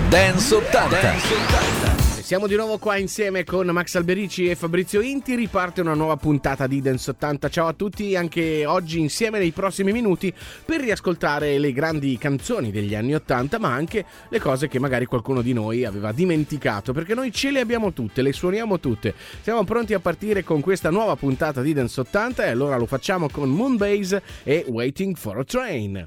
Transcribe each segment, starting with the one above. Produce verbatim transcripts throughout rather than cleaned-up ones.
Dance ottanta. Siamo di nuovo qua insieme con Max Alberici e Fabrizio Inti. Riparte una nuova puntata di Dance ottanta. Ciao a tutti, anche oggi insieme nei prossimi minuti per riascoltare le grandi canzoni degli anni ottanta, ma anche le cose che magari qualcuno di noi aveva dimenticato, perché noi ce le abbiamo tutte, le suoniamo tutte. Siamo pronti a partire con questa nuova puntata di Dance ottanta e allora lo facciamo con Moonbase e Waiting for a Train.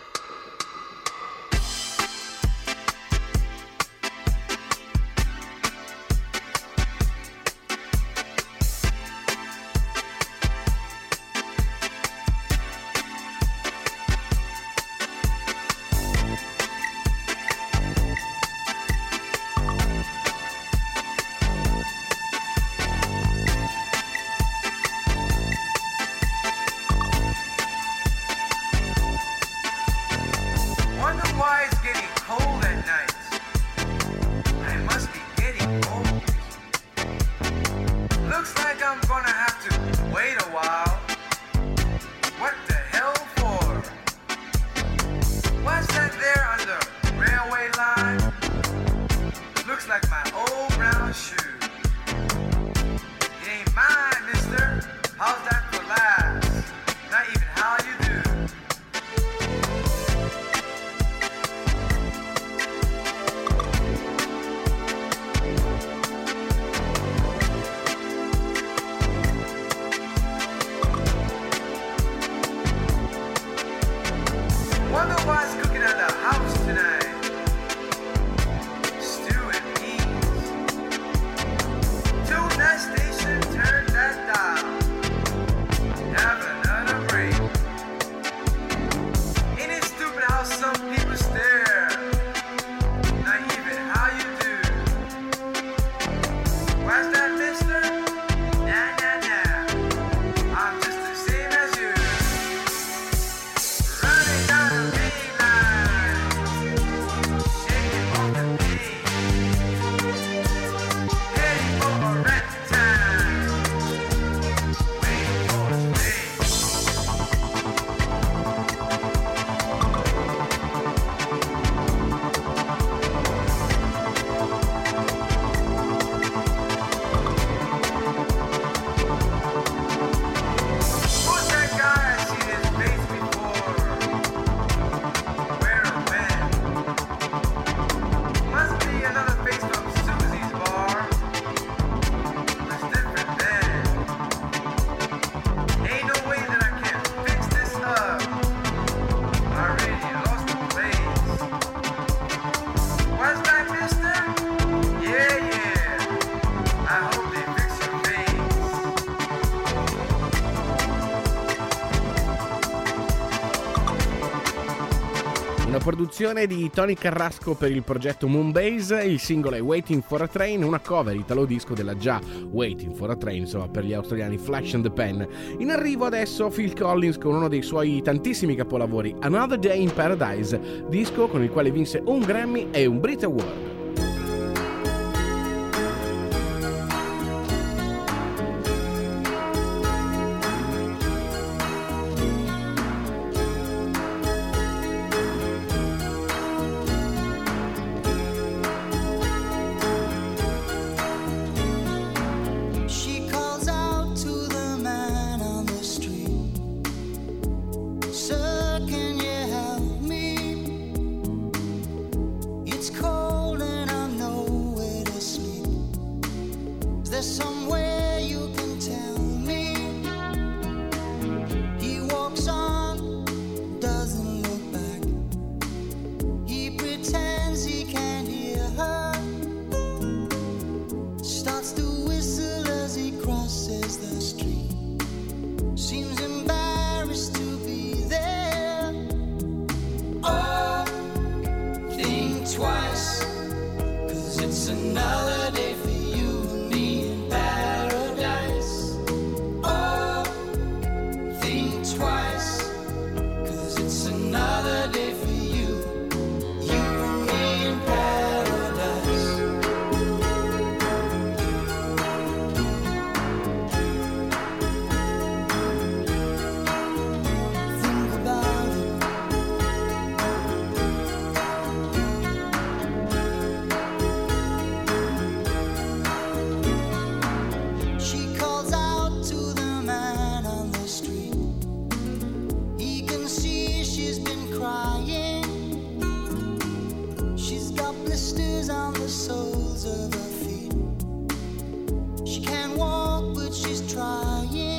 Produzione di Tony Carrasco per il progetto Moonbase. Il singolo è Waiting for a Train, una cover italo disco della già Waiting for a Train, insomma, per gli australiani Flash and the Pen. In arrivo adesso Phil Collins con uno dei suoi tantissimi capolavori, Another Day in Paradise, disco con il quale vinse un Grammy e un Brit Award. Can you help me? It's cold and blisters on the soles of her feet. She can't walk, but she's trying.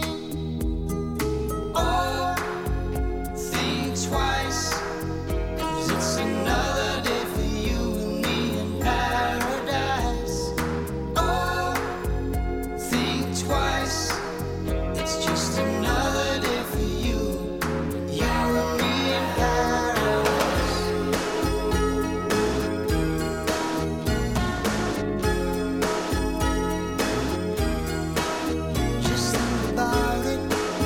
Oh, think twice, 'cause it's another day for you and me in paradise. Oh, think twice, it's just another day for you, you and me in paradise. Just think about it.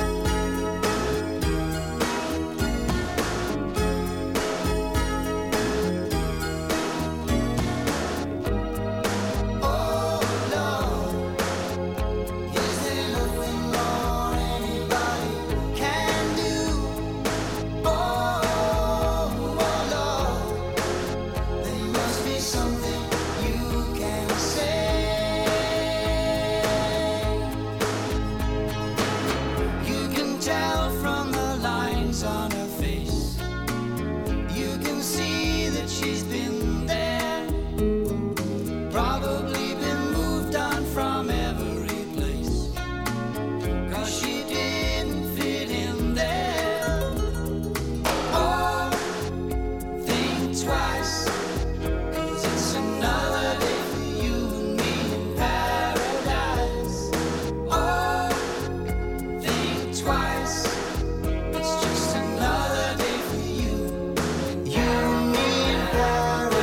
Oh Lord, is there nothing more anybody can do? Oh, oh Lord, there must be something you can say. You can tell from the lines on her face. You can see that she's been there. Probably been moved on from every place, 'cause she didn't fit in there. Oh, think twice, 'cause it's another day for you and me in paradise. Oh, think twice, it's just another day for you, you and me in paradise.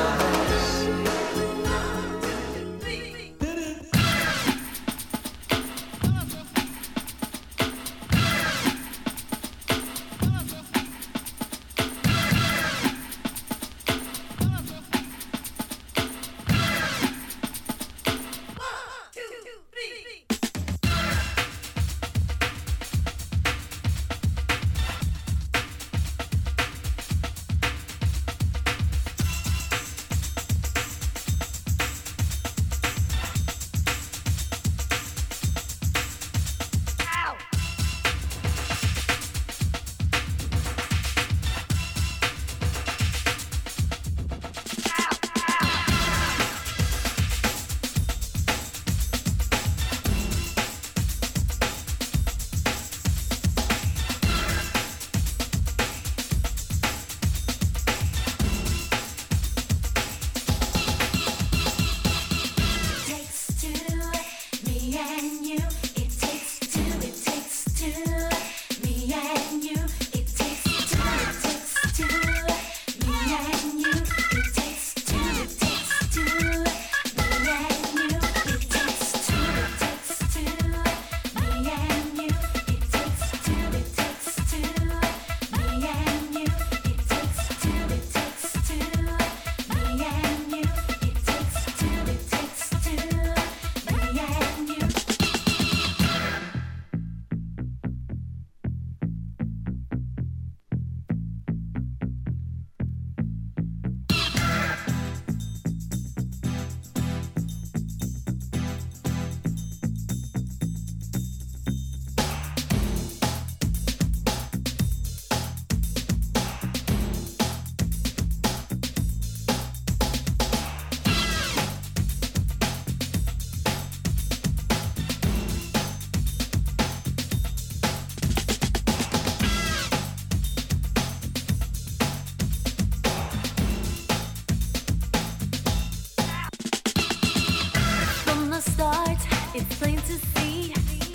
From the start, it's plain to see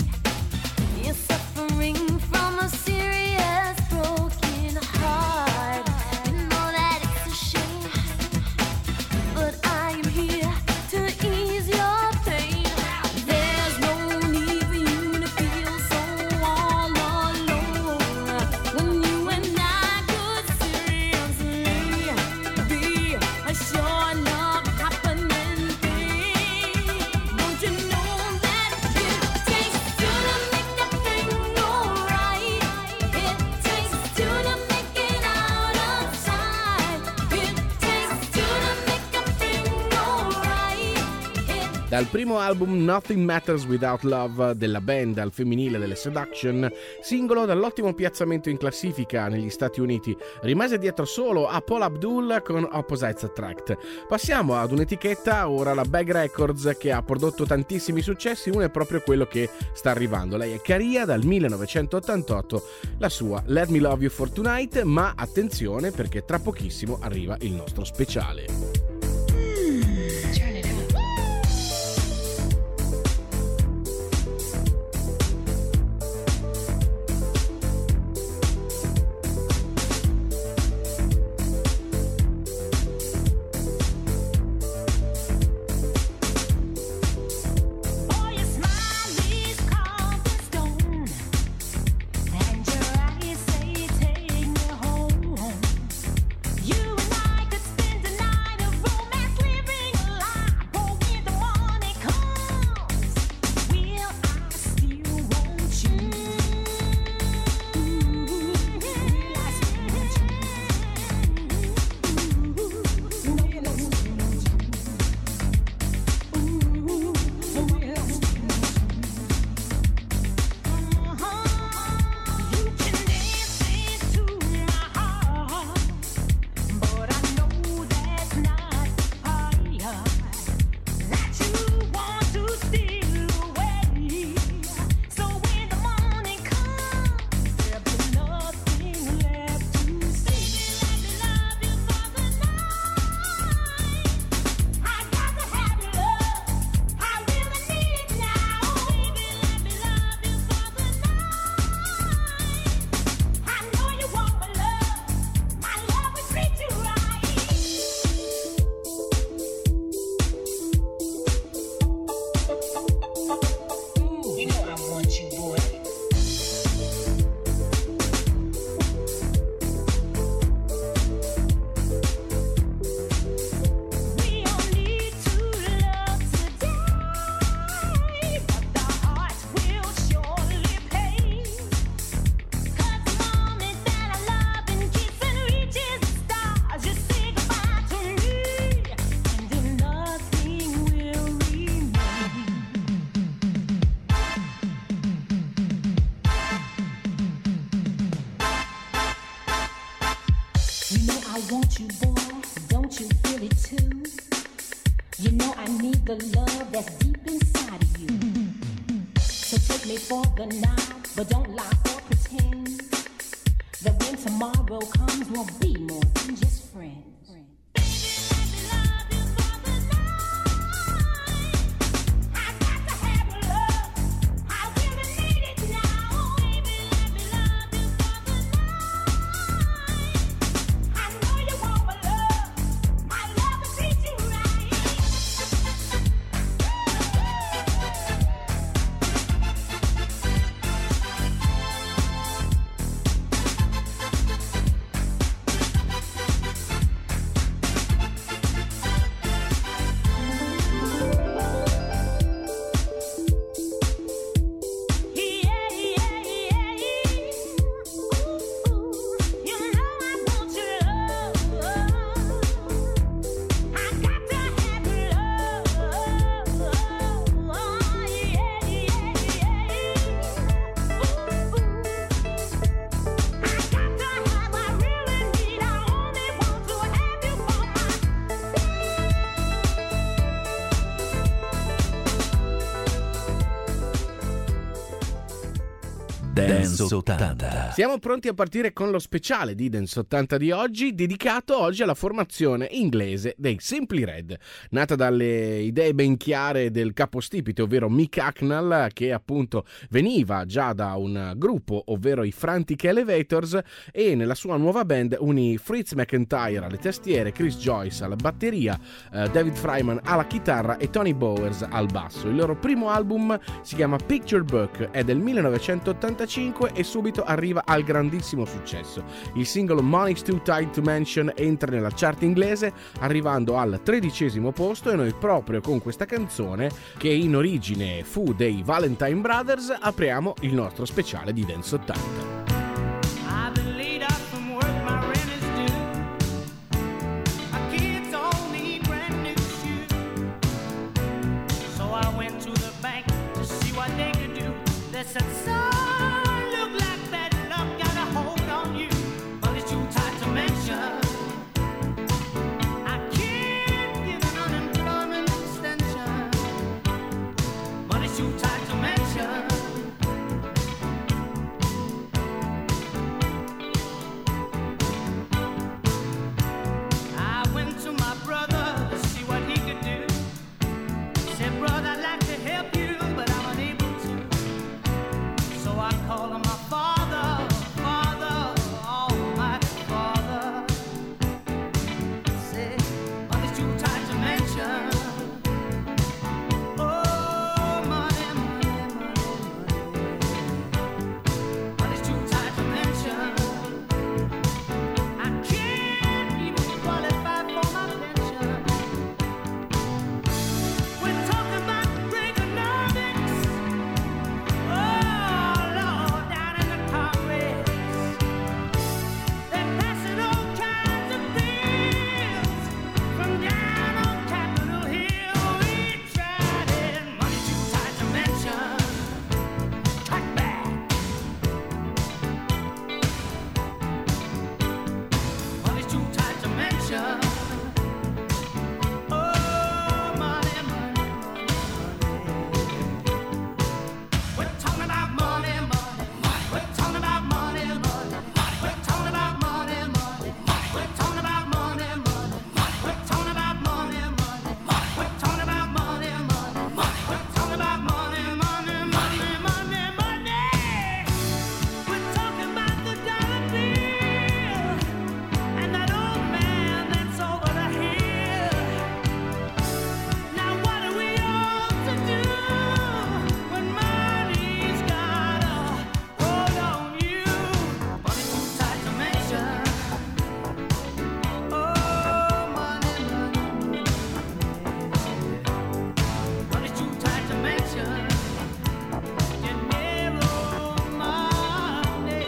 you're suffering from a serious broken heart. You know that it's a shame, but I am here to ease your pain. There's no need for you to feel so all alone when you and I could seriously be a sure enough happening thing. Don't you know that Dal primo album Nothing Matters Without Love della band al femminile delle Seduction, singolo dall'ottimo piazzamento in classifica negli Stati Uniti, rimase dietro solo a Paula Abdul con Opposites Attract. Passiamo ad un'etichetta, ora la Bag Records, che ha prodotto tantissimi successi, uno è proprio quello che sta arrivando. Lei è Caria, dal millenovecentottantotto, la sua Let Me Love You For Tonight, ma attenzione perché tra pochissimo arriva il nostro speciale. The love that's deep inside of you. So take me for the night, but don't lie or pretend that when tomorrow comes, we'll be more than just friends. Dance ottanta. Siamo pronti a partire con lo speciale di Dance ottanta di oggi, dedicato oggi alla formazione inglese dei Simply Red, nata dalle idee ben chiare del capostipite, ovvero Mick Hucknall, che appunto veniva già da un gruppo, ovvero i Frantic Elevators, e nella sua nuova band unì Fritz McIntyre alle tastiere, Chris Joyce alla batteria, eh, David Fryman alla chitarra e Tony Bowers al basso. Il loro primo album si chiama Picture Book, è del millenovecentottantacinque e subito arriva al grandissimo successo. Il singolo Money's Too Tight to Mention entra nella chart inglese, arrivando al tredicesimo posto, e noi proprio con questa canzone, che in origine fu dei Valentine Brothers, apriamo il nostro speciale di Dance ottanta. So They said, son, look like bad luck got a hold on you, but it's too tight to mention. I can't give an unemployment extension, but it's too tight to mention. I went to my brother to see what he could do. He said, brother, I'd like to help you, but I'm unable to. So I called on my father, father, almighty father. Said, but it's too tight to mention. Oh, money, money, money, money. But it's too tight to mention. I can't even qualify for my pension. We're talking about Reaganomics. Oh, Lord, down in the Congress. They're passing all kinds of bills from down on Capitol Hill. We tried it. Money too tight to mention. Cut back. Money's too tight to mention. Oh, money, money, money. We're talking about money, money. We're talking about money, money. We're talking about money, money. We're talking about money, money. We're talking about money, money. We're talking about money, money. We're talking about money, money, money, money, money. We're talking about the dollar bill and that old man that's over the hill. Now what are we all to do when money's got a hold on you? Money too tight to mention. Oh, money, money, money. Money's too tight to mention. Dinero, money.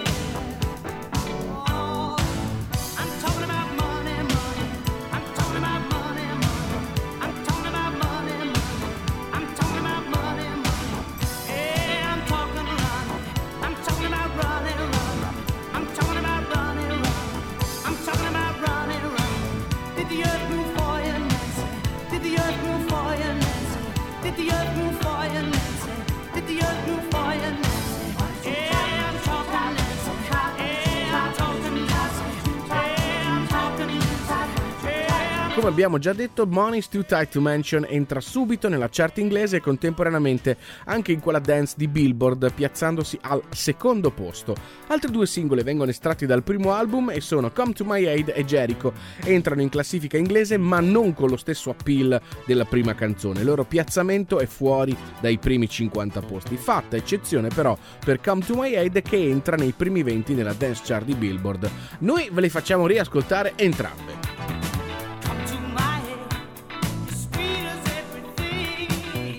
Oh, I'm talking about money, money. I'm talking about money, money. I'm talking about money, money. I'm talking about money, money. Yeah, I'm talking money. I'm talking about running, running. I'm talking about running, running. I'm talking about running, running. Did the earth move for you, Nancy? Did the earth move for you, Nancy? Did the earth move for you, Nancy? Did the earth move for you, Nancy? Yeah, I'm talking Nancy. Yeah, I'm talking Nancy. Yeah, I'm talking Nancy. Yeah, I'm Come abbiamo già detto, Money's Too Tight to Mention entra subito nella chart inglese e contemporaneamente anche in quella dance di Billboard, piazzandosi al secondo posto. Altri due singoli vengono estratti dal primo album e sono Come to My Aid e Jericho. Entrano in classifica inglese ma non con lo stesso appeal della prima canzone. Il loro piazzamento è fuori dai primi cinquanta posti, fatta eccezione però per Come to My Aid che entra nei primi venti nella dance chart di Billboard. Noi ve le facciamo riascoltare entrambe. come to my head, sweet as everything.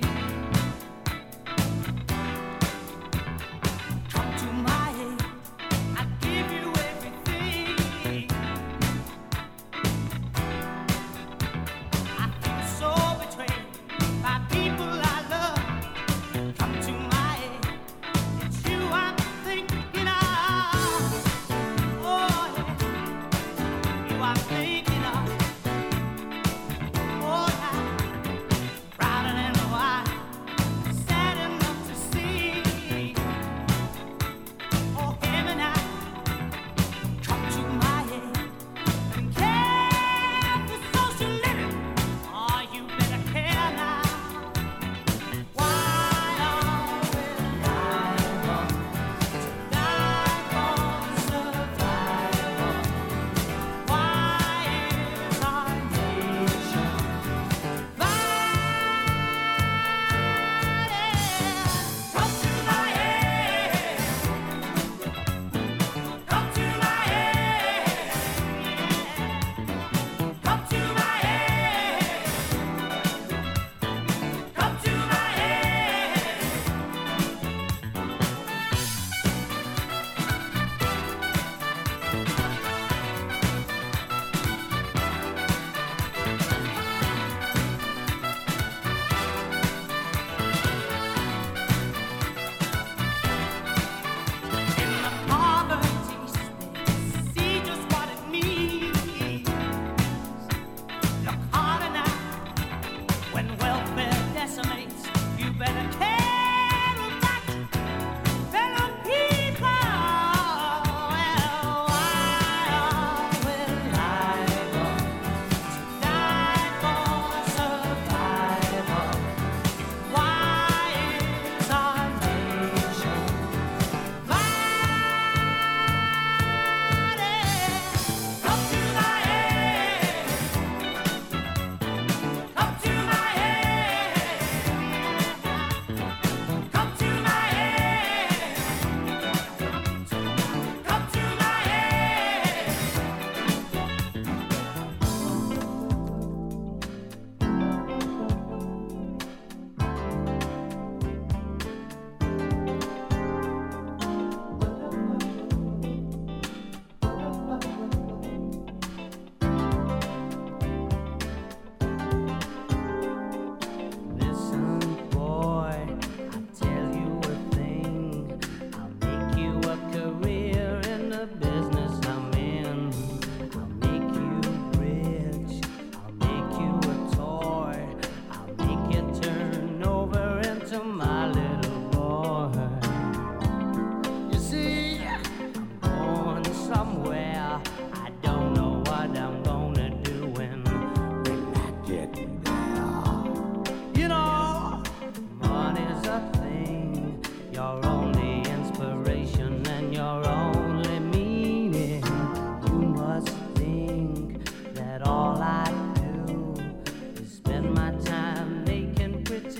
Come to my head, I give you everything. I feel so betrayed by people I love. Come to my head, it's you I'm thinking of. Oh, yeah. You are thinking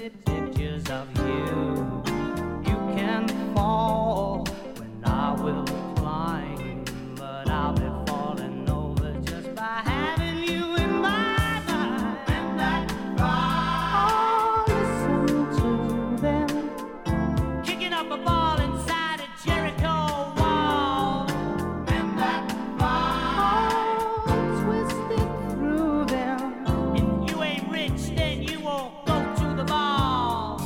twisted pictures of you. You can fall when I will climb, but I'll be falling over just by having you in my mind. And that cry, listen to them, kicking up a ball inside a Jericho wall. And that cry, twisted through them. If you ain't rich, then you won't go to the ball.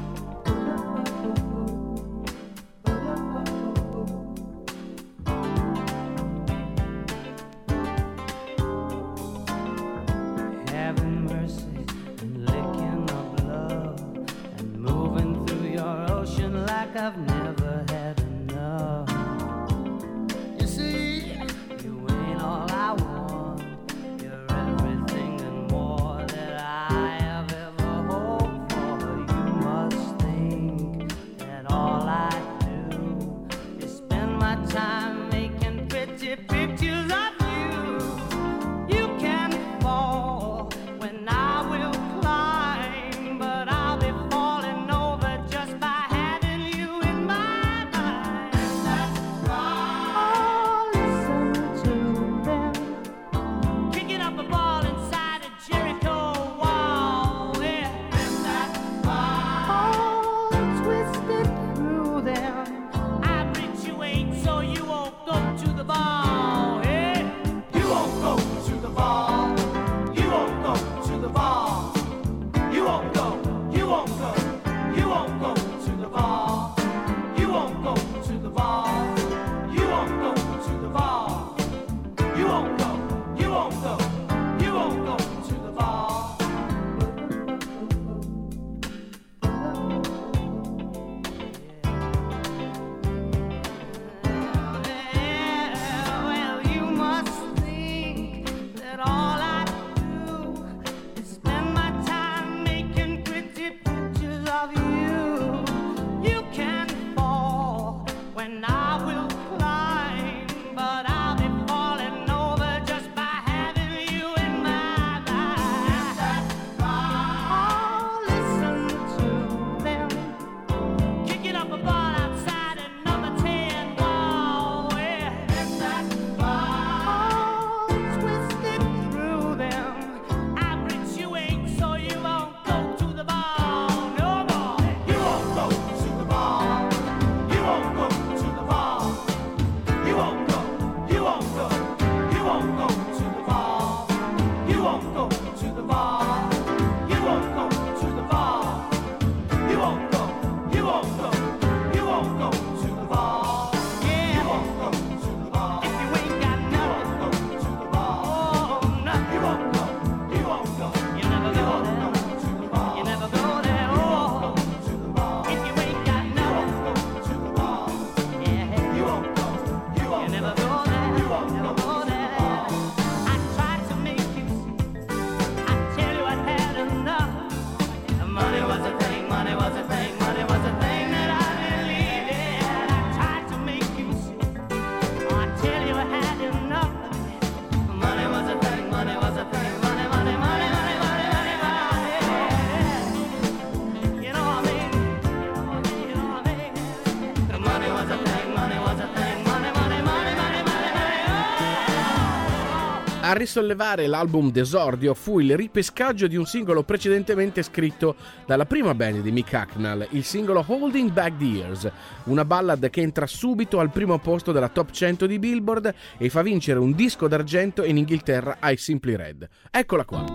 Having mercy and licking up love and moving through your ocean like I've never had enough. You see, you ain't all I want. You're everything and more that I have ever hoped for. You must think that all I do is spend my time making pretty pictures of you. You can fall when I will climb, but I'll be falling over just by having you in my mind. And that's why, listen to them, kicking up a ball inside a Jericho wall. Yeah. And that's why, twisted through them, I habituate so you won't go to the ball. Yeah. You won't go to the ball. You won't go to the ball. You won't go. You won't go. You won't go to the ball. You won't go to the ball. You won't go to the ball. You won't go. You won't go. You won't go to the ball. Yeah, well, you must think that all I do is spend my time making pretty pictures of you. You can fall when I will climb, but I'll be falling over just by having you in my mind. Oh, listen to them, kicking up a ball outside a number ten wall. Yeah. Oh, twisted through them, habituate so you won't go to the ball no more. You won't go to the ball. You won't go to the ball. You won't go. You won't go. You won't go to the ball. You won't go to the ball. You won't go to the ball. You won't go. You won't go. You won't go to the ball. Yeah. You won't go to the ball. If you ain't got nothing, go to the ball. Oh, nothing. You won't go. You won't go. You never go there. To the ball. You never go there. Oh, to the ball. If you ain't got nothing, go to the ball. Yeah. You won't go. You won't. You never go there. You won't never go there. I tried to make you see. I tell you I had enough. Money was a thing, money was a thing, money was a thing that I believed in. I tried to make you see. Oh, I tell you I had enough. Money was a thing, money was a thing, money, money, money, money, money, money, money. You know what I mean? You know what I mean? Money was a thing, money was a thing, money, money, money, money, money, money. A risollevare l'album d'esordio fu il ripescaggio di un singolo precedentemente scritto dalla prima band di Mick Hucknall, il singolo Holding Back the Years, una ballad che entra subito al primo posto della top cento di Billboard e fa vincere un disco d'argento in Inghilterra ai Simply Red. Eccola qua.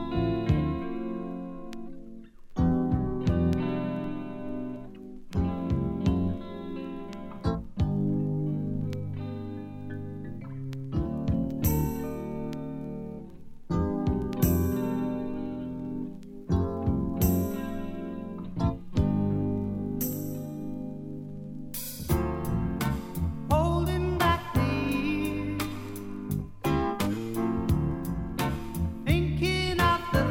Holding back the years, thinking of the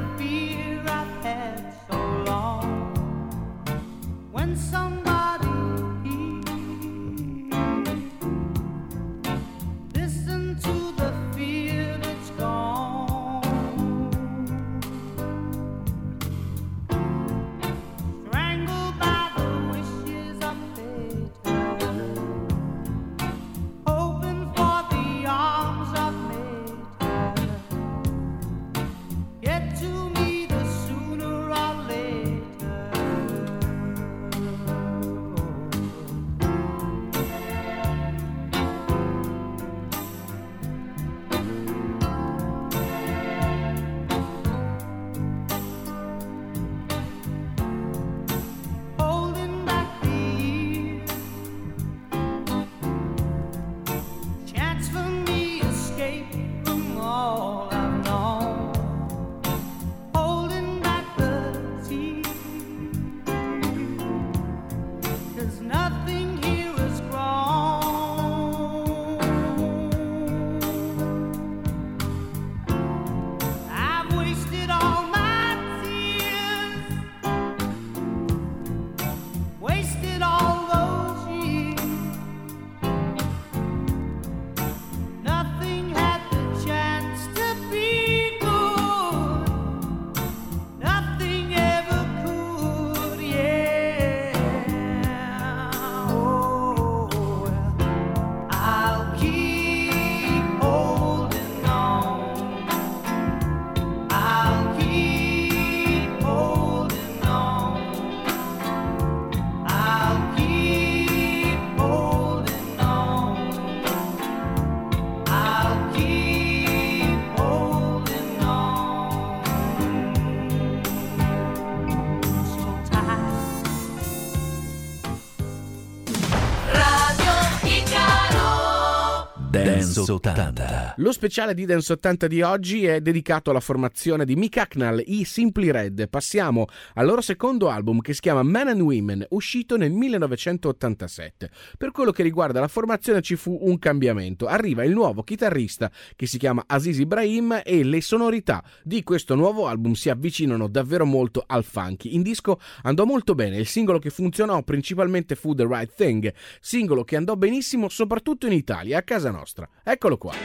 Dance ottanta. Lo speciale di Dance ottanta di oggi è dedicato alla formazione di Mick Hucknall, i Simply Red. Passiamo al loro secondo album che si chiama Men and Women, uscito nel millenovecentottantasette. Per quello che riguarda la formazione ci fu un cambiamento. Arriva il nuovo chitarrista che si chiama Aziz Ibrahim e le sonorità di questo nuovo album si avvicinano davvero molto al funky. In disco andò molto bene, il singolo che funzionò principalmente fu The Right Thing, singolo che andò benissimo soprattutto in Italia, a casa nostra. Eccolo qua.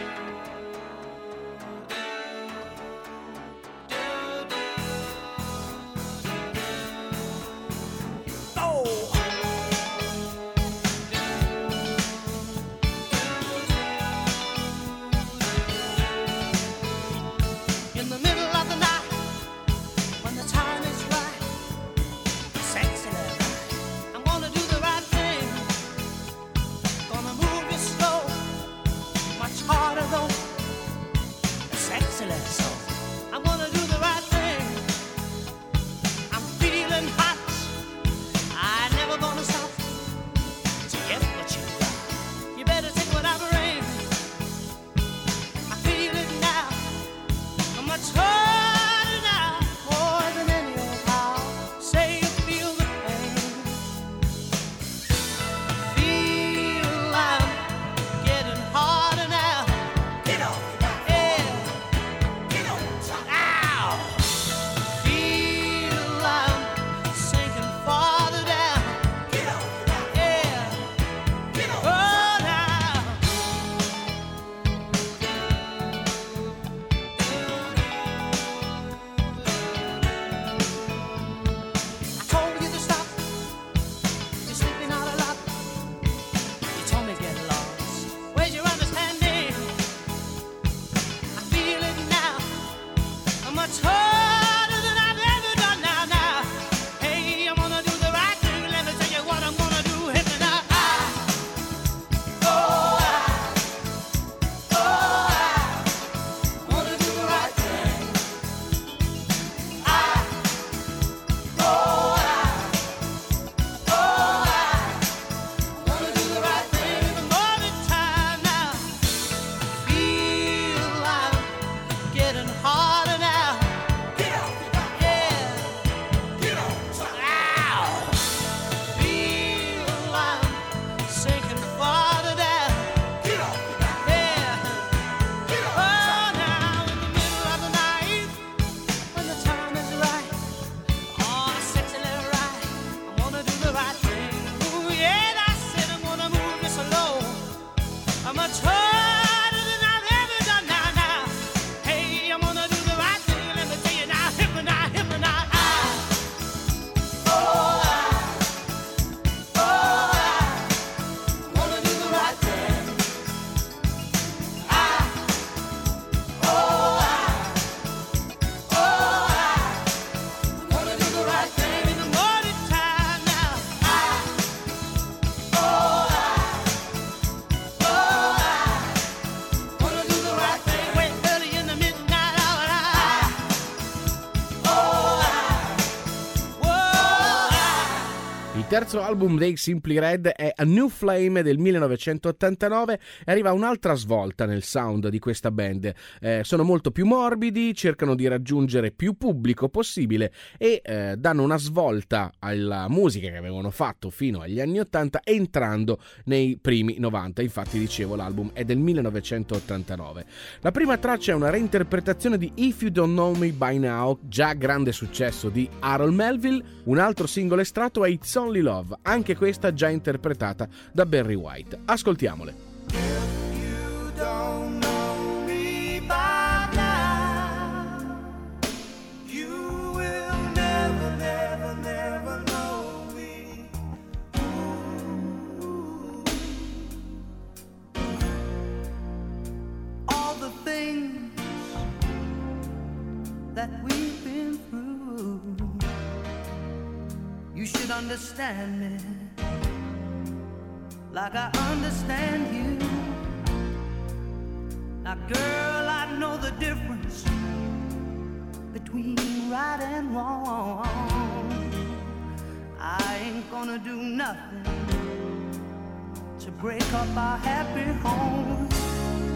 Il terzo album dei Simply Red è A New Flame del millenovecentottantanove e arriva un'altra svolta nel sound di questa band. Eh, sono molto più morbidi, cercano di raggiungere più pubblico possibile e eh, danno una svolta alla musica che avevano fatto fino agli anni ottanta entrando nei primi novanta. Infatti dicevo l'album è del millenovecentottantanove. La prima traccia è una reinterpretazione di If You Don't Know Me By Now, già grande successo di Harold Melville. Un altro singolo estratto è It's Only Love, anche questa già interpretata da Barry White. Ascoltiamole. If you don't know me by now, you will never, never, never know me. Ooh. All the things that we've been through, you should understand me like I understand you. Now girl, I know the difference between right and wrong. I ain't gonna do nothing to break up our happy home.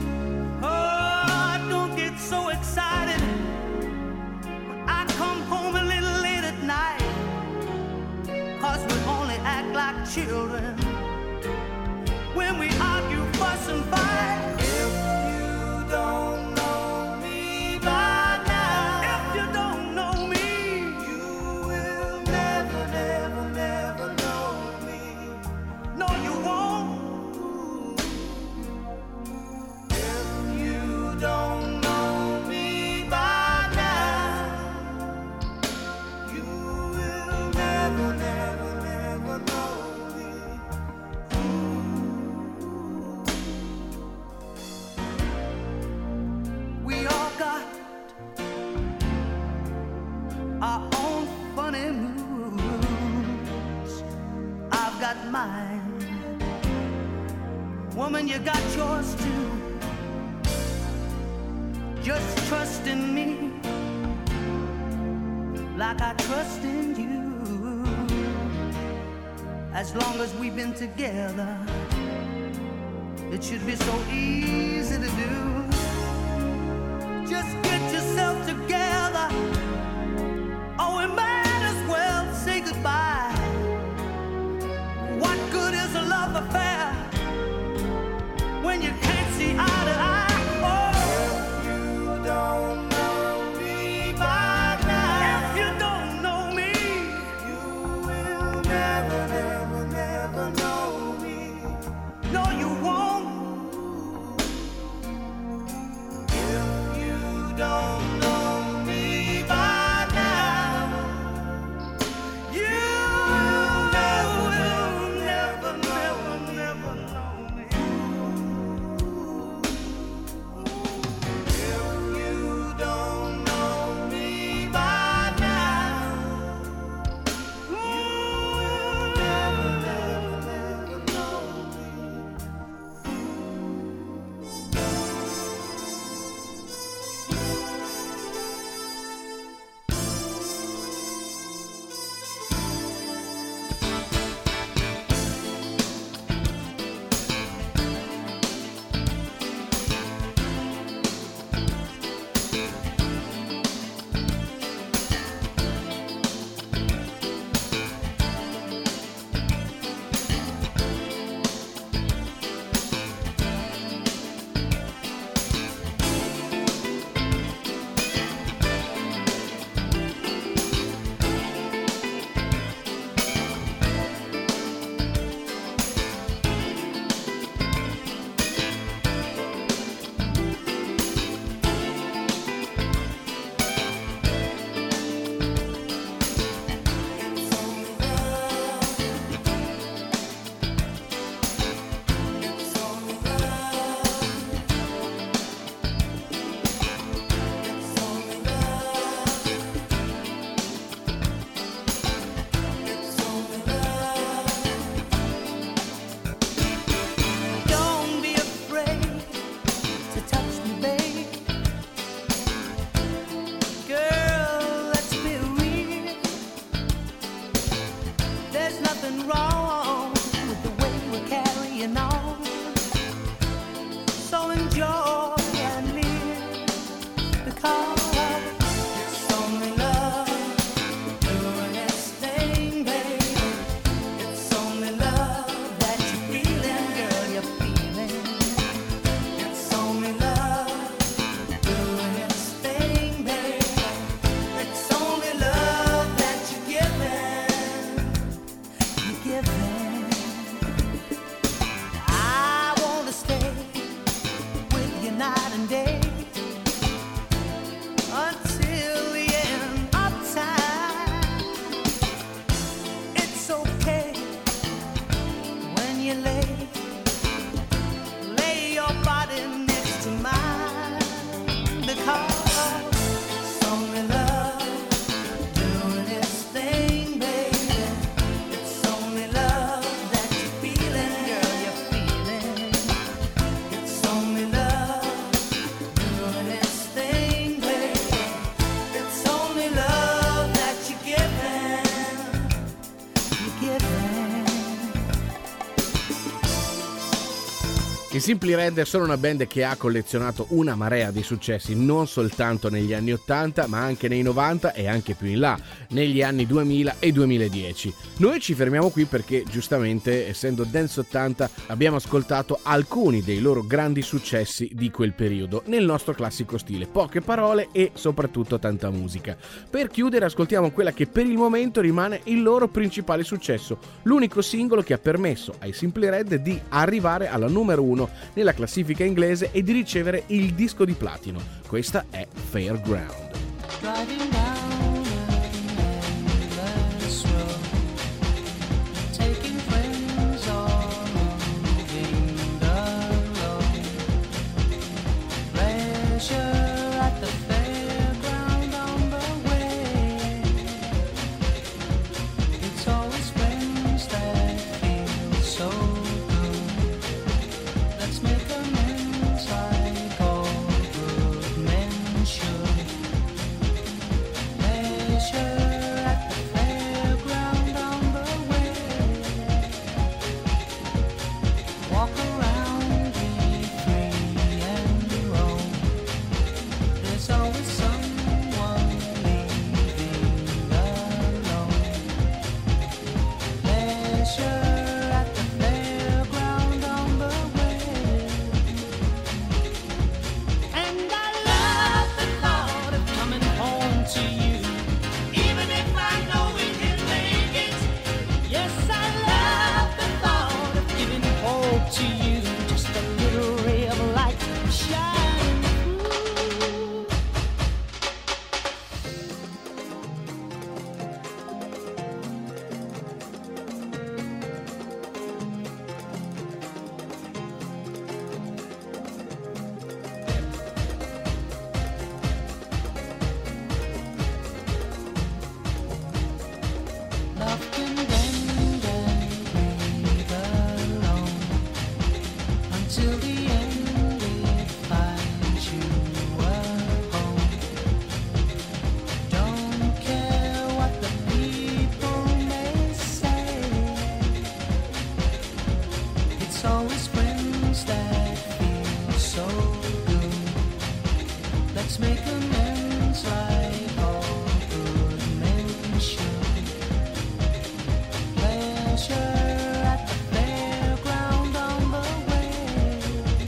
get so excited when I come home a little late at night, 'cause we only act like children when we argue, fuss and fight. If you don't know me by now, if you don't know me, you will never, never, never know me. No, you won't. If you don't know me by now, you will never, never, never know me. We all got our own funny moods. I've got mine. Woman, you got yours too. Just trust in me like I trust in you. As long as we've been together, it should be so easy to do. Just get yourself together, or we might as well say goodbye. What good is a love affair when you can't see eye to eye? Oh, if you don't know me by now, if you don't know me, you will never, never, never know me. No, you won't. If you don't know me by now, you will never, never, never know me. If you don't know me by now, you will never, never, never know me. Don't be afraid to touch me, babe. Girl, let's be real. There's nothing wrong with the way we're carrying on. So enjoy and live, because it's only love doing its thing, baby. It's only love that you're feeling, girl, you're feeling. It's only love doing its thing, baby. It's only love that you're giving, you're giving. I wanna stay with you night and day until the end of time. It's okay when you lay lay your body next to mine, because it's only love doing its thing, baby. It's only love that you're feeling, girl, you're feeling. It's only love doing its thing, baby. It's only love that you're giving, you're giving. I Simply Red sono una band che ha collezionato una marea di successi non soltanto negli anni ottanta ma anche nei novanta e anche più in là, negli anni duemila e duemiladieci. Noi ci fermiamo qui perché giustamente, essendo Dance ottanta, abbiamo ascoltato alcuni dei loro grandi successi di quel periodo nel nostro classico stile, poche parole e soprattutto tanta musica. Per chiudere ascoltiamo quella che per il momento rimane il loro principale successo, l'unico singolo che ha permesso ai Simply Red di arrivare alla numero uno nella classifica inglese e di ricevere il disco di platino. Questa è Fairground. Driving down an endless road, taking friends or moving alone. Pleasure at the fairground on the way. It's always friends that feel so good. Let's make amends like all good men should. At the fairground on the way. Walk around, be free and roam. There's always someone leaving alone. Pleasure at the fairground on the way. And I love the thought of coming home to you. To you, just a little ray of light shining through. Love can bend and breathe alone till the end it finds you a home. Don't care what the people may say. It's always friends that feel so good. Let's make amends like all good men should. Pleasure at the fairground on the way.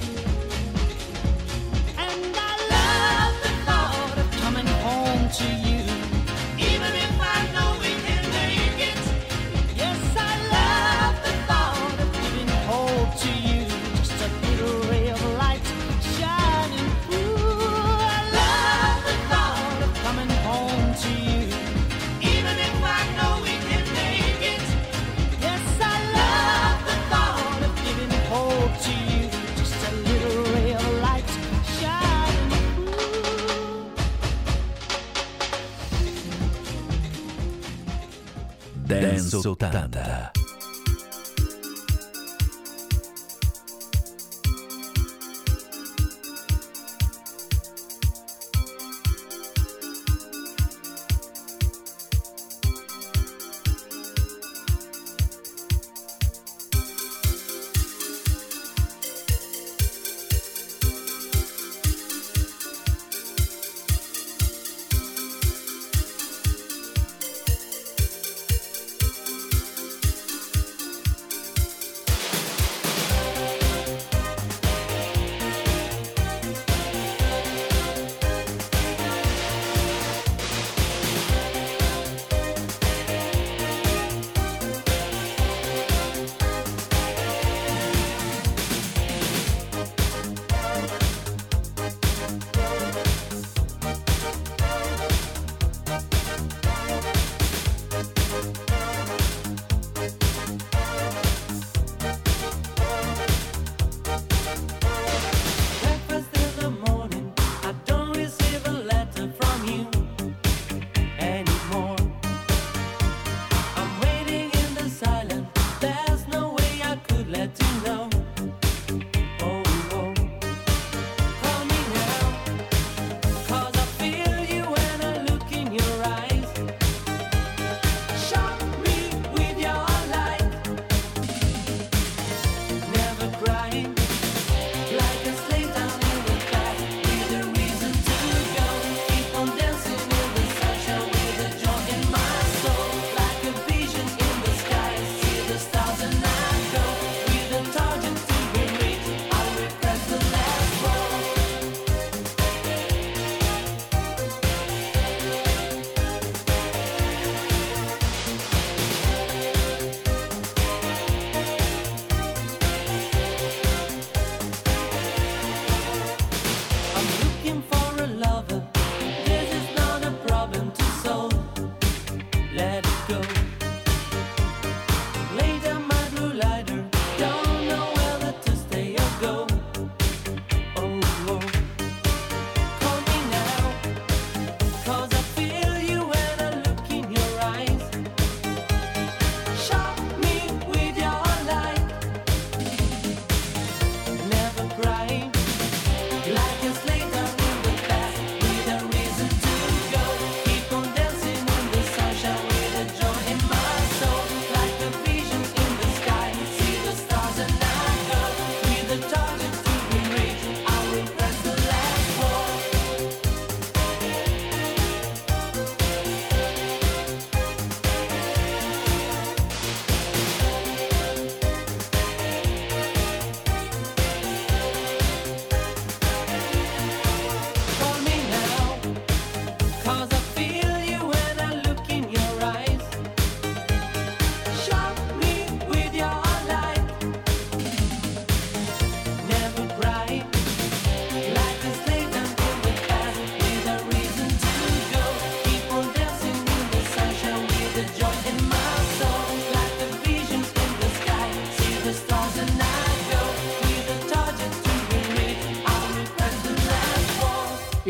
And I love the thought of coming home to you, even if I know we can make it. Yes, I love the thought of giving hope to you, just a little ray of light shining through. I love the thought of coming home to you, even if I know we can make it. Yes, I love the thought of giving hope to you, just a little ray of light shining through. Dance ottanta.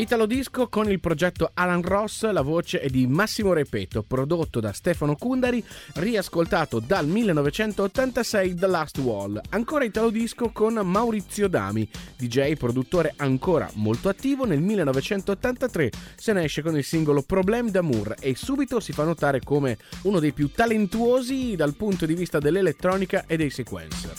Italo Disco con il progetto Alan Ross, la voce è di Massimo Repeto, prodotto da Stefano Cundari, riascoltato dal millenovecentottantasei The Last Wall. Ancora Italo Disco con Maurizio Dami, D J produttore ancora molto attivo. Nel millenovecentottantatré se ne esce con il singolo Problème d'amour e subito si fa notare come uno dei più talentuosi dal punto di vista dell'elettronica e dei sequencer.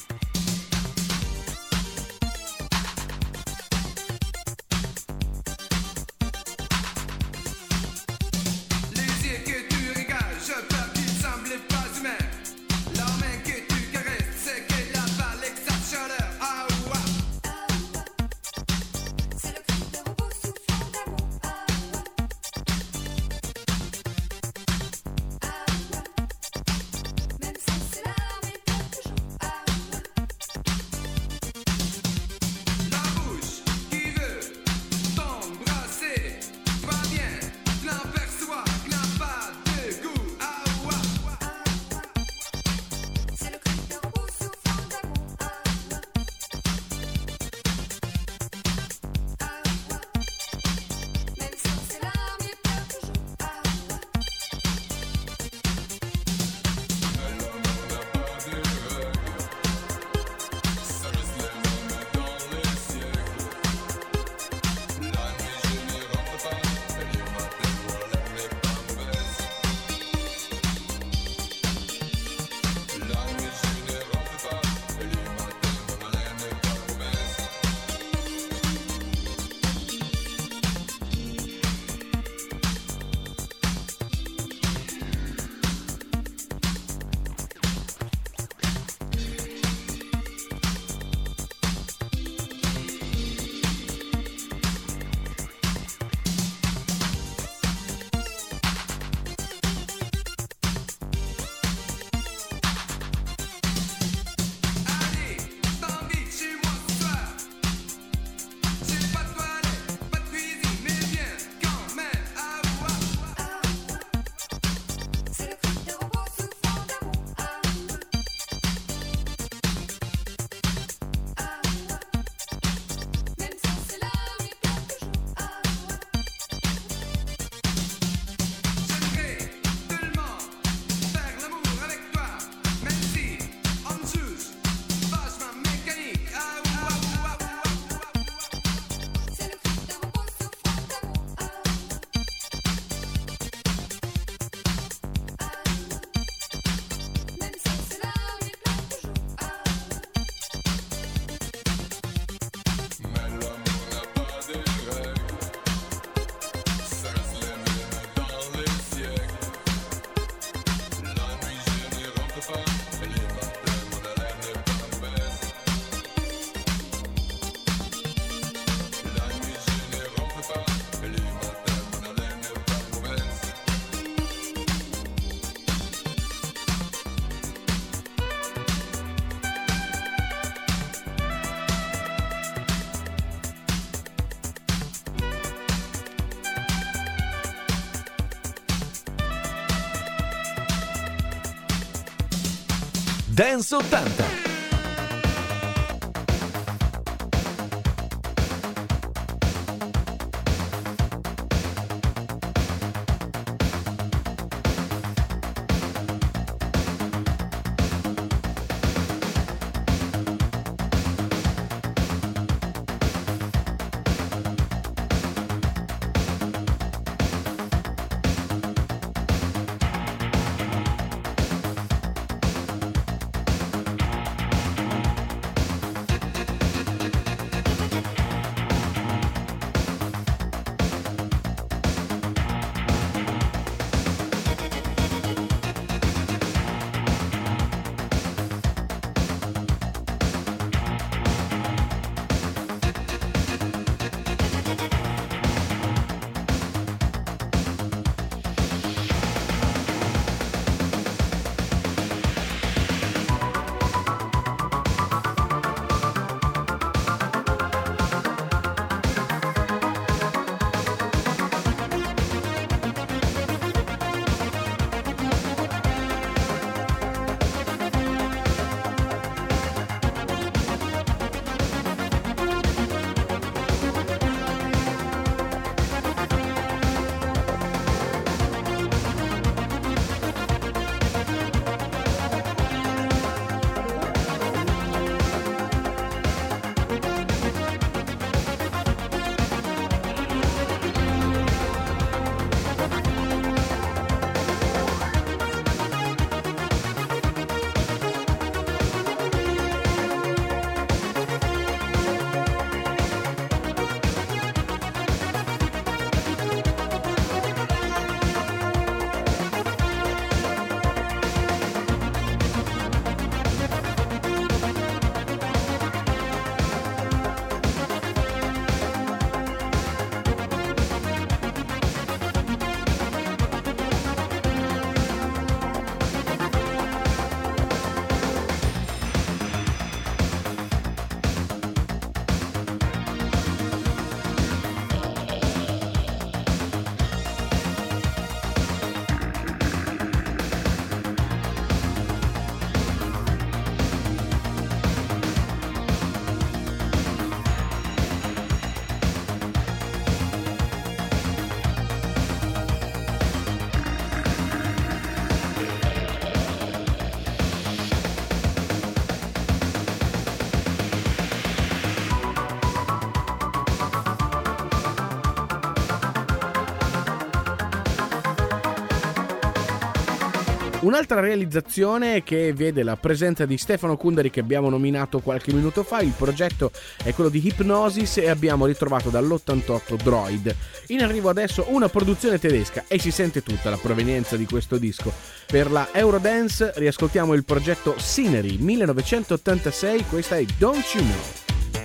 Dance ottanta. Un'altra realizzazione che vede la presenza di Stefano Kunderi, che abbiamo nominato qualche minuto fa. Il progetto è quello di Hypnosis e abbiamo ritrovato dall'ottantotto Droid. In arrivo adesso una produzione tedesca e si sente tutta la provenienza di questo disco. Per la Eurodance riascoltiamo il progetto Scenery millenovecentottantasei, questa è Don't You Know.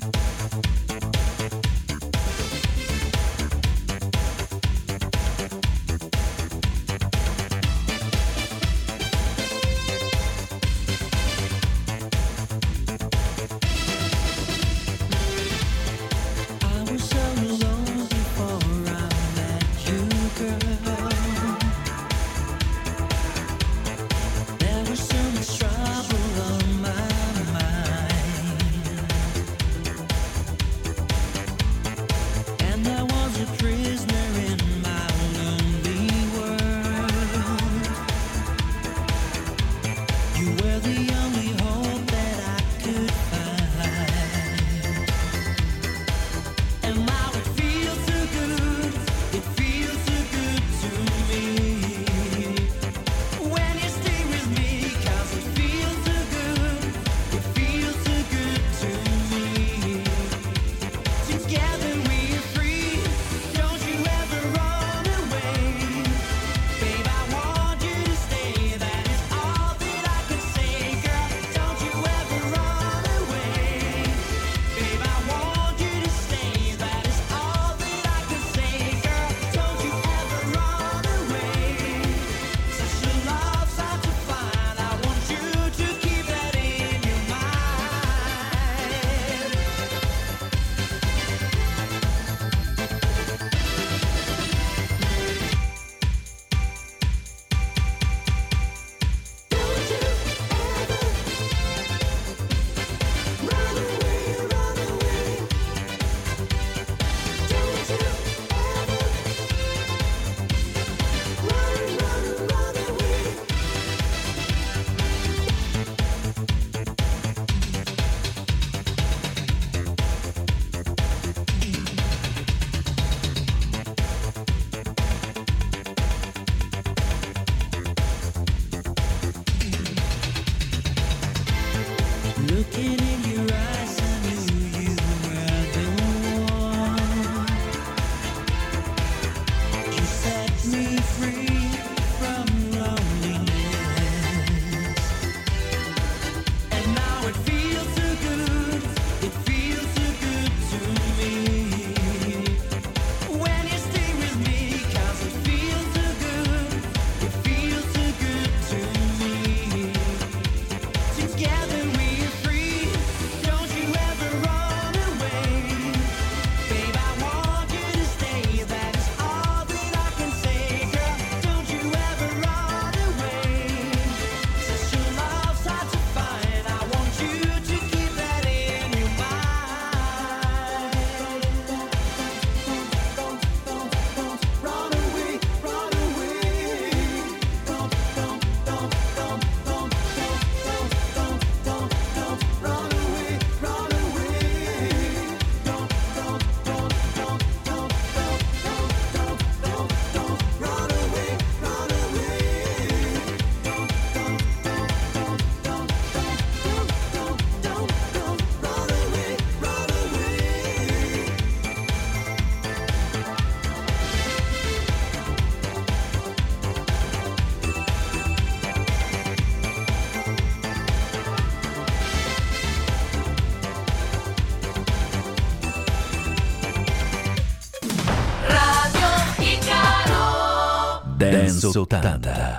Dance ottanta.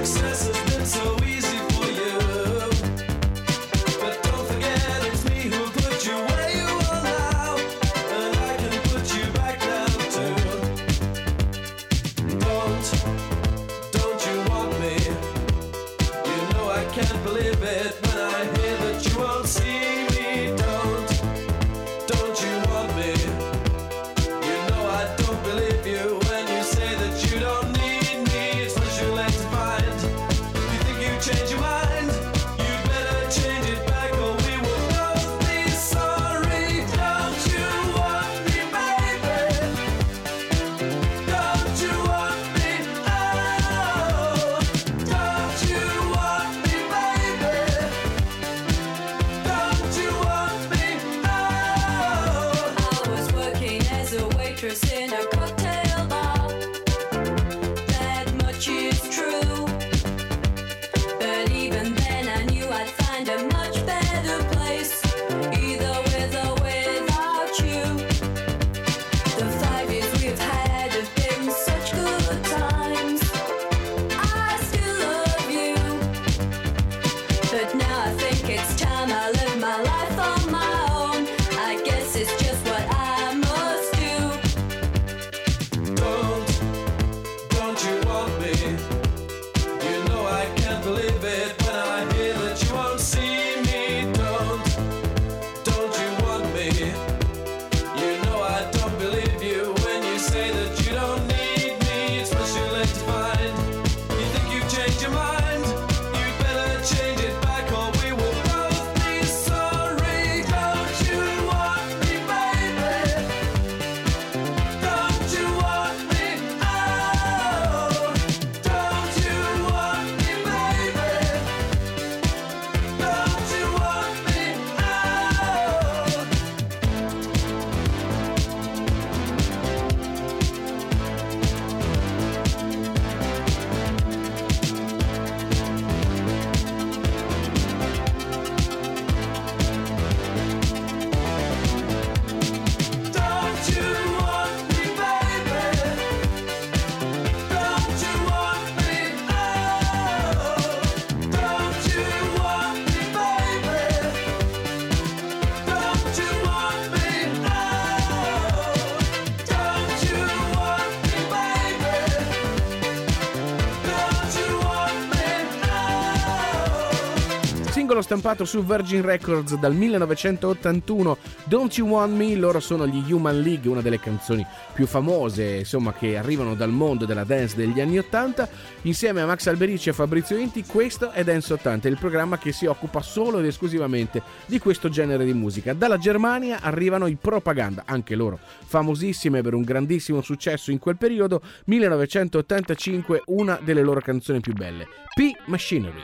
Success has been so easy for you, but don't forget it's me who Singolo stampato su Virgin Records dal millenovecentottantuno, Don't You Want Me, loro sono gli Human League, una delle canzoni più famose, insomma, che arrivano dal mondo della dance degli anni ottanta. Insieme a Max Alberici e Fabrizio Inti, questo è Dance ottanta, il programma che si occupa solo ed esclusivamente di questo genere di musica. Dalla Germania arrivano i Propaganda, anche loro famosissime per un grandissimo successo in quel periodo, millenovecentottantacinque, una delle loro canzoni più belle, P Machinery.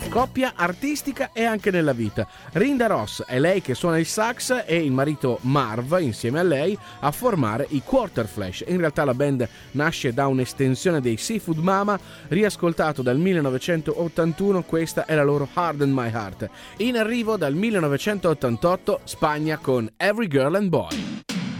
coppia artistica e anche nella vita. Rinda Ross è lei che suona il sax e il marito Marv insieme a lei a formare i Quarterflash. In realtà la band nasce da un'estensione dei Seafood Mama, riascoltato dal millenovecentottantuno. Questa è la loro Harden My Heart. In arrivo dal millenovecentottantotto Spagna con Every Girl and Boy.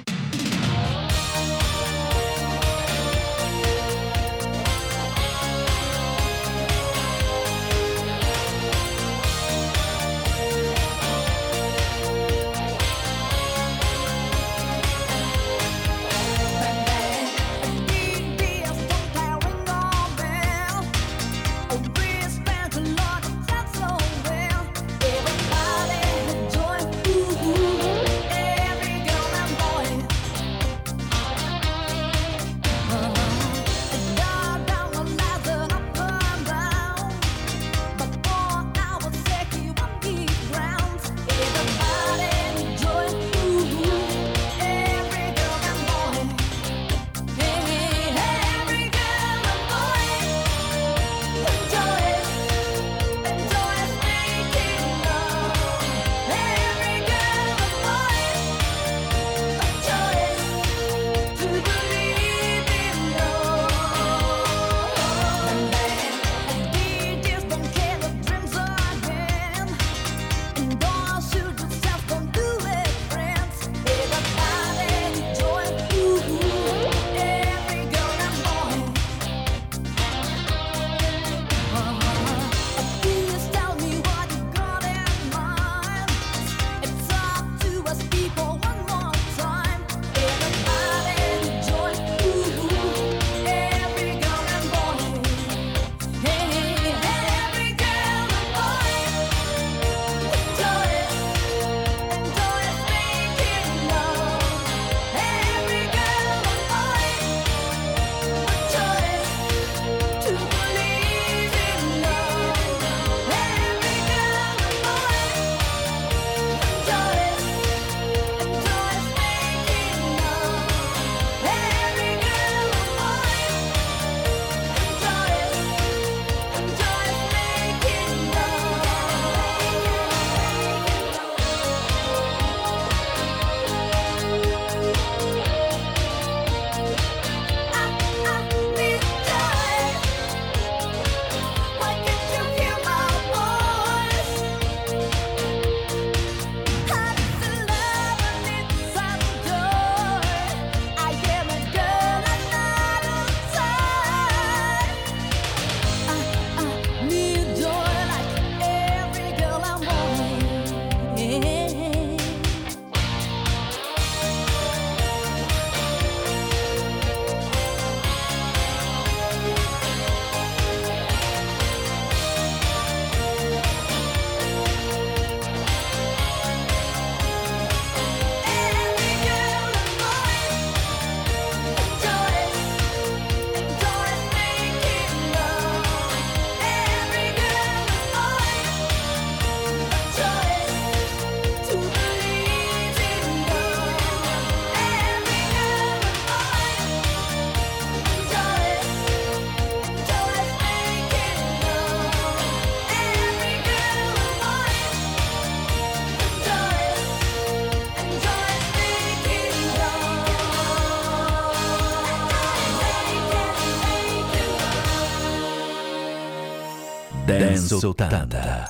Dance ottanta.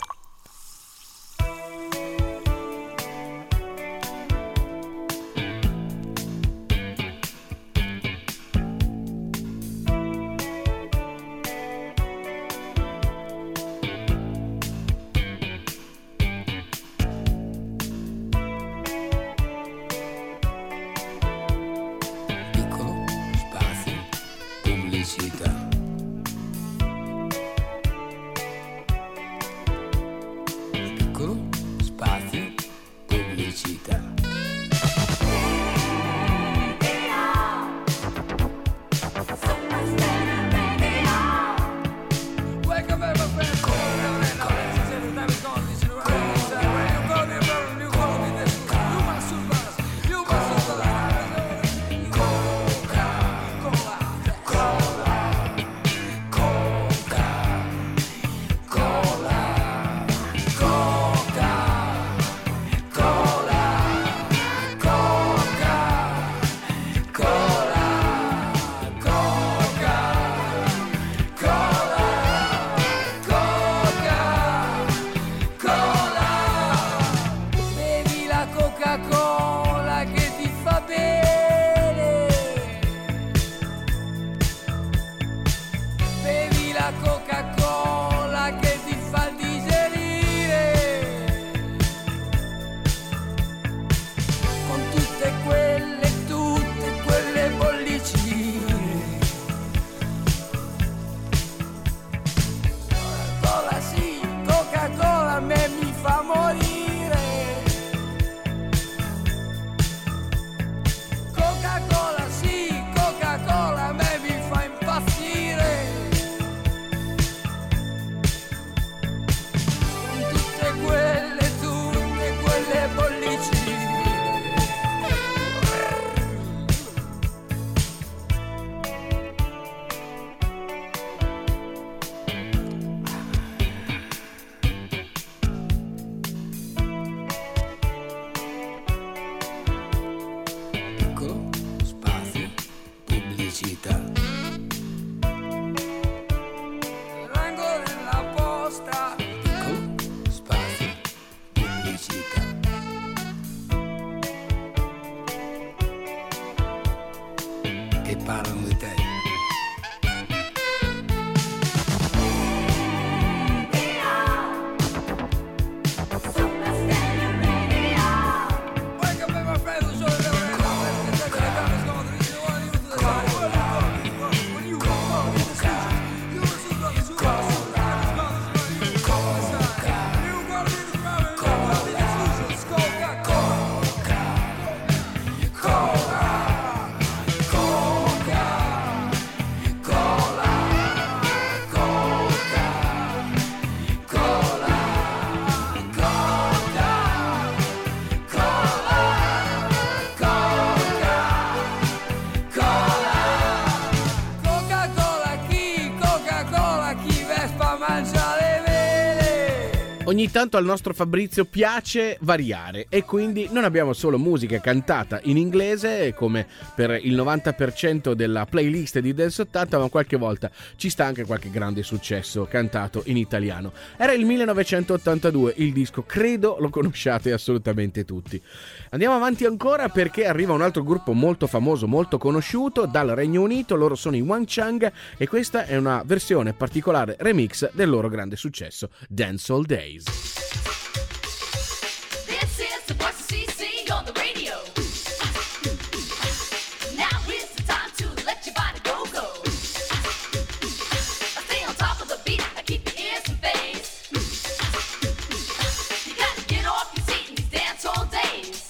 Piccolo spazio, pubblicità. Piccolo spazio pubblicità. Che parlano di te. Ogni tanto al nostro Fabrizio piace variare e quindi non abbiamo solo musica cantata in inglese come per il novanta per cento della playlist di Dance ottanta, ma qualche volta ci sta anche qualche grande successo cantato in italiano. Era il millenovecentottantadue, il disco credo lo conosciate assolutamente tutti. Andiamo avanti ancora perché arriva un altro gruppo molto famoso, molto conosciuto dal Regno Unito, loro sono i Wang Chang e questa è una versione particolare remix del loro grande successo Dance All Days. This is the voice of C C on the radio. Now is the time to let your body go go. Stay on top of the beat, keep your ears in phase. You gotta get off your seat in these dance all days.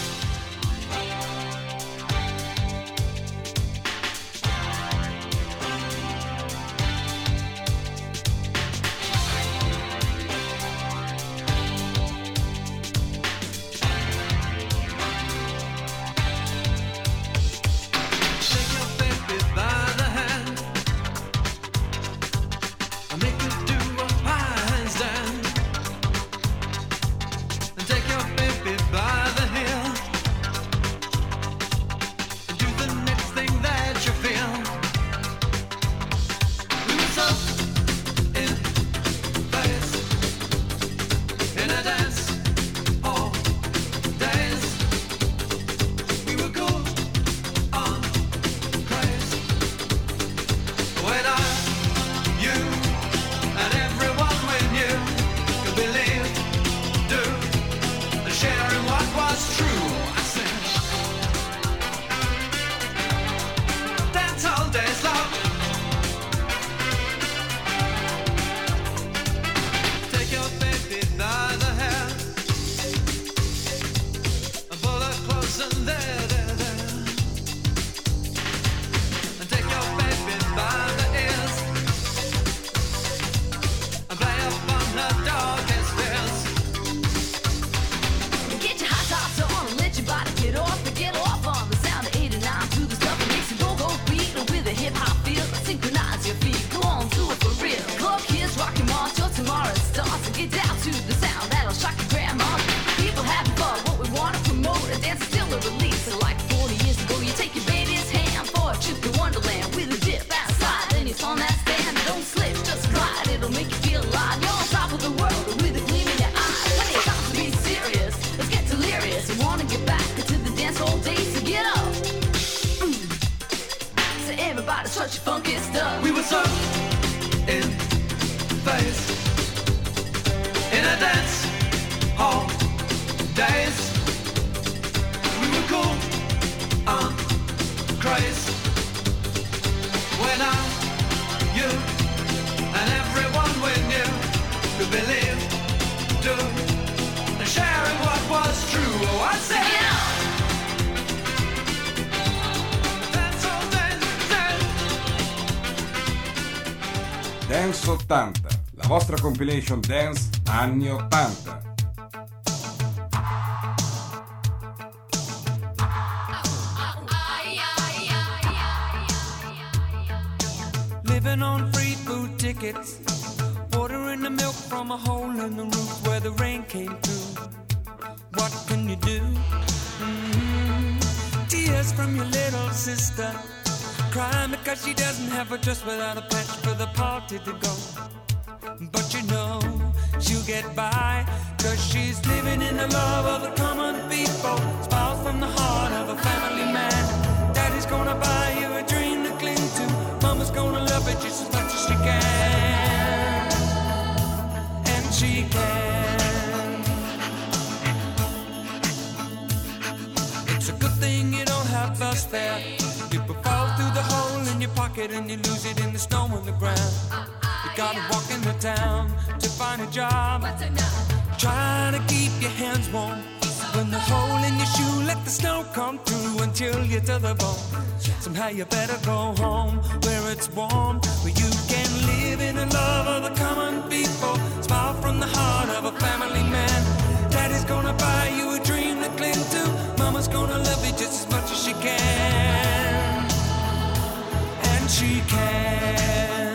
Dance ottanta, la vostra compilation dance anni ottanta. Living on free food tickets, ordering the milk from a hole in the roof where the rain came through. What can you do? Mm-hmm. Tears from your little sister, crying because she doesn't have a dress without a patch for the party to go. But you know she'll get by, cause she's living in the love of the common people. Smiles from the heart of a family man. Daddy's gonna buy you a dream to cling to. Mama's gonna love it just as much as she can. And she can. It's a good thing you don't have bus fare. You could fall through the hole in your pocket and you lose it in the snow on the ground. You gotta walk in the town to find a job. Trying to keep your hands warm. When the hole in your shoe, let the snow come through and chill you to the bone. Somehow you better go home where it's warm, where you can live in the love of the common people. Smile from the heart of a family man. Daddy's gonna buy you a dream to cling to. Mama's gonna love you just as much as she can. And she can.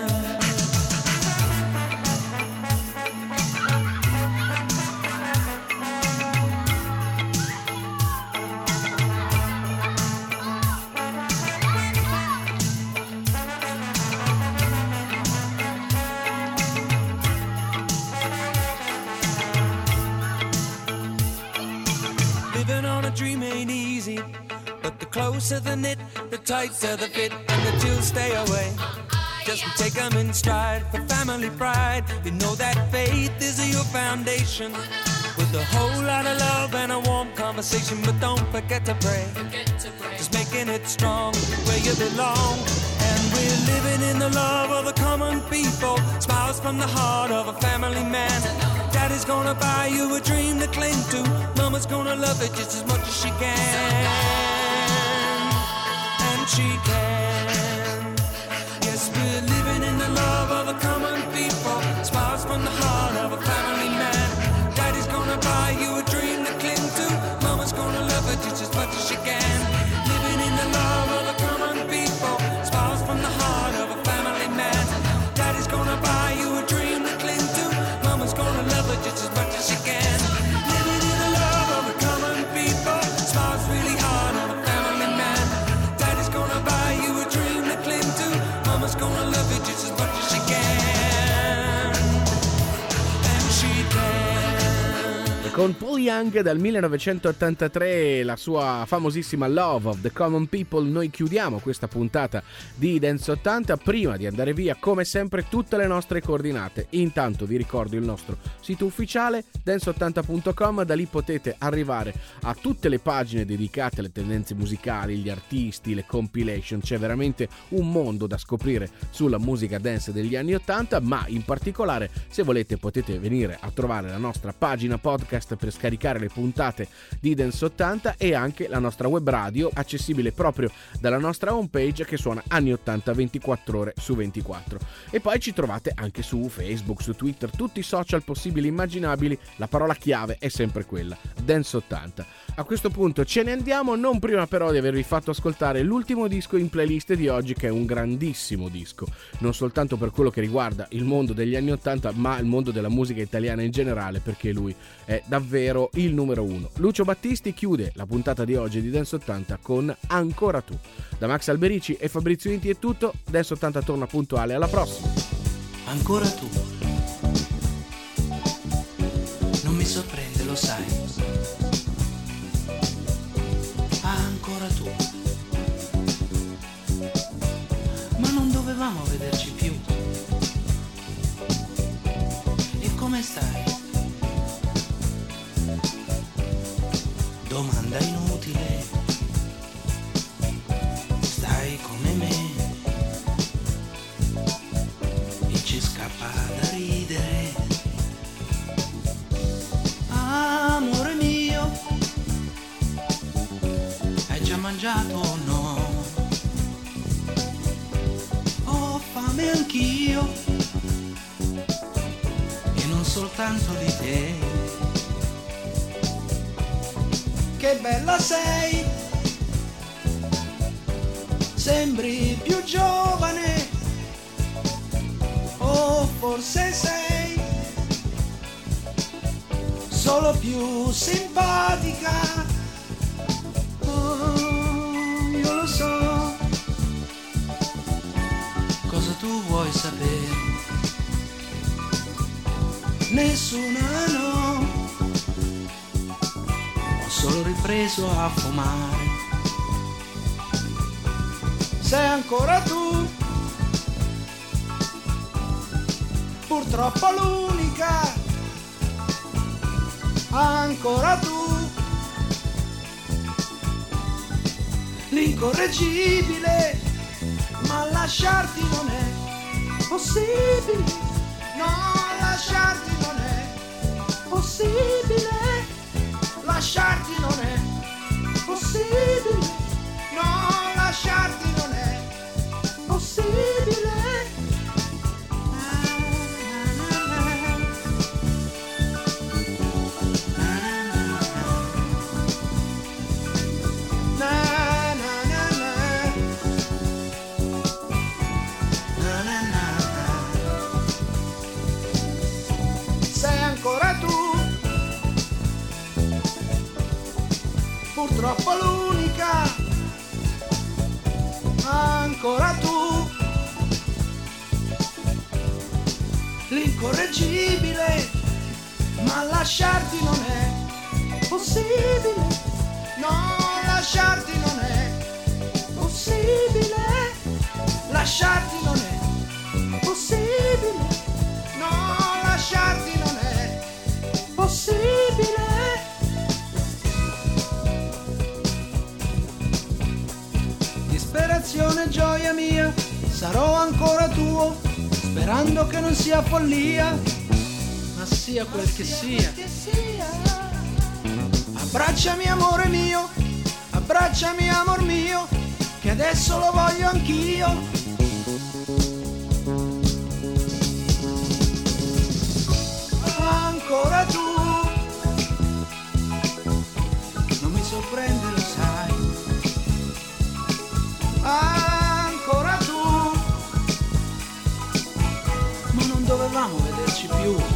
Dream ain't easy, but the closer the knit, the tighter the fit, and the chills stay away. Just take them in stride for family pride. You know that faith is your foundation, with a whole lot of love and a warm conversation. But don't forget to pray, just making it strong where you belong. And we're living in the love of the common people. Smiles from the heart of a family man. Daddy's gonna buy you a dream to cling to. Mama's gonna love it just as much as she can. And she can. Yes, we're living in the love of the common people. Smiles from the heart of a family man. Daddy's gonna buy you a dream to cling to. Mama's gonna love it just as much as she can. Living in the love of the common people. Smiles from the heart of a family man. Daddy's gonna buy you a dream to cling to. Mama's gonna love it just as much as she can. Living in the love of the common people. Smiles really hard on a family man. Daddy's gonna buy you a dream to cling to. Mama's gonna love it just as much as she can. And she can. Con Paul Young dal millenovecentottantatré, la sua famosissima Love of the Common People, noi chiudiamo questa puntata di Dance ottanta. Prima di andare via, come sempre, tutte le nostre coordinate. Intanto vi ricordo il nostro sito ufficiale dance ottanta punto com, da lì potete arrivare a tutte le pagine dedicate alle tendenze musicali, gli artisti, le compilation. C'è veramente un mondo da scoprire sulla musica dance degli anni ottanta, ma in particolare, se volete, potete venire a trovare la nostra pagina podcast per scaricare le puntate di Dance ottanta e anche la nostra web radio, accessibile proprio dalla nostra homepage, che suona anni ottanta ventiquattro ore su ventiquattro. E poi ci trovate anche su Facebook, su Twitter, tutti i social possibili e immaginabili. La parola chiave è sempre quella, Dance ottanta. A questo punto ce ne andiamo, non prima però di avervi fatto ascoltare l'ultimo disco in playlist di oggi, che è un grandissimo disco, non soltanto per quello che riguarda il mondo degli anni ottanta, ma il mondo della musica italiana in generale, perché lui è davvero il numero uno. Lucio Battisti chiude la puntata di oggi di Dance ottanta con Ancora tu. Da Max Alberici e Fabrizio Inti è tutto. Dance ottanta torna puntuale, alla prossima. Ancora tu. Non mi sorprende, lo sai. Ancora tu. Ma non dovevamo vederci più. E come stai? Domanda inutile. Stai come me e ci scappa da ridere. Amore mio, hai già mangiato o no? Ho fame anch'io e non soltanto di te. Che bella sei, sembri più giovane, o forse sei solo più simpatica. Oh, io lo so cosa tu vuoi sapere. nessuna no. Ho solo ripreso a fumare. Sei ancora tu, purtroppo l'unica, ancora tu, l'incorreggibile, ma lasciarti non è possibile, no, lasciarti non è possibile, lasciarti non è possibile, no, lasciarti non è possibile. Purtroppo l'unica, ancora tu, l'incorreggibile, ma lasciarti non è possibile, no, lasciarti non è possibile, lasciarti non è possibile, no, lasciarti non è possibile. Disperazione, gioia mia, sarò ancora tuo, sperando che non sia follia, ma sia quel che sia. Abbracciami amore mio, abbracciami amor mio, che adesso lo voglio anch'io. Ancora tu, non mi sorprende, lo sai. Ancora tu, ma non dovevamo vederci più.